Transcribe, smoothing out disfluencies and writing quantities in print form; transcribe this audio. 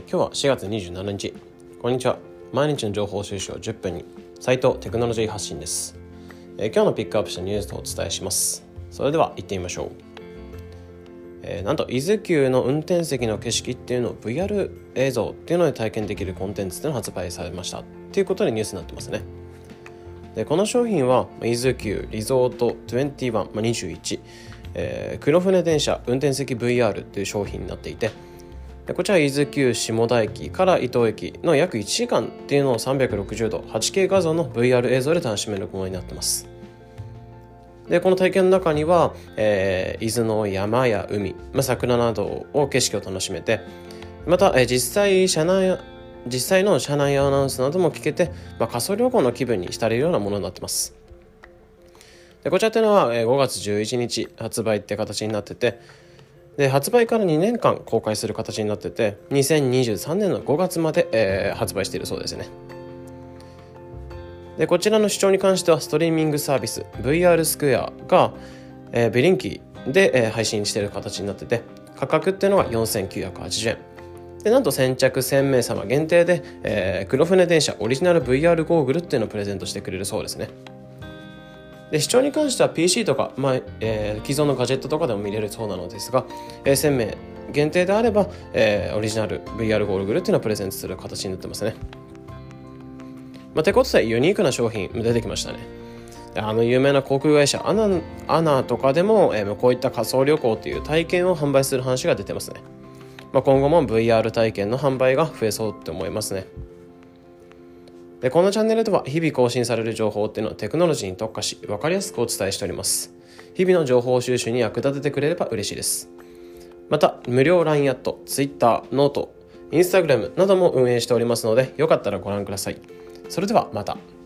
今日は4月27日。こんにちは。毎日の情報収集を10分に、斉藤テクノロジー発信です。今日のピックアップしたニュースをお伝えします。それでは行ってみましょう。なんと伊豆急の運転席の景色っていうのを VR 映像っていうので体験できるコンテンツっていうのが発売されましたっていうことでニュースになってますね。でこの商品は伊豆急リゾート21、21、黒船電車運転席 VR という商品になっていて、こちら伊豆急下田駅から伊東駅の約1時間っていうのを360度 8K 画像の VR 映像で楽しめるものになってます。でこの体験の中には、伊豆の山や海、桜などを景色を楽しめて、また、実際の車内アナウンスなども聞けて、仮想旅行の気分に浸れるようなものになってます。でこちらっていうのは、5月11日発売って形になってて、で発売から2年間公開する形になってて、2023年の5月まで、発売しているそうですね。でこちらの主張に関してはストリーミングサービス VR スクエアが、ベリンキーで、配信している形になってて、価格っていうのが4980円で、なんと先着1000名様限定で、黒船電車オリジナル VR ゴーグルっていうのをプレゼントしてくれるそうですね。で視聴に関しては PC とか、既存のガジェットとかでも見れるそうなのですが、1000名限定であれば、オリジナル VR ゴーグルっていうのをプレゼントする形になってますね。ってことでユニークな商品出てきましたね。有名な航空会社アナとかでも、こういった仮想旅行という体験を販売する話が出てますね。今後も VR 体験の販売が増えそうって思いますね。でこのチャンネルでは日々更新される情報っていうのはテクノロジーに特化し、分かりやすくお伝えしております。日々の情報収集に役立ててくれれば嬉しいです。また無料 LINE アット、Twitter、ノート、Instagram なども運営しておりますので、よかったらご覧ください。それではまた。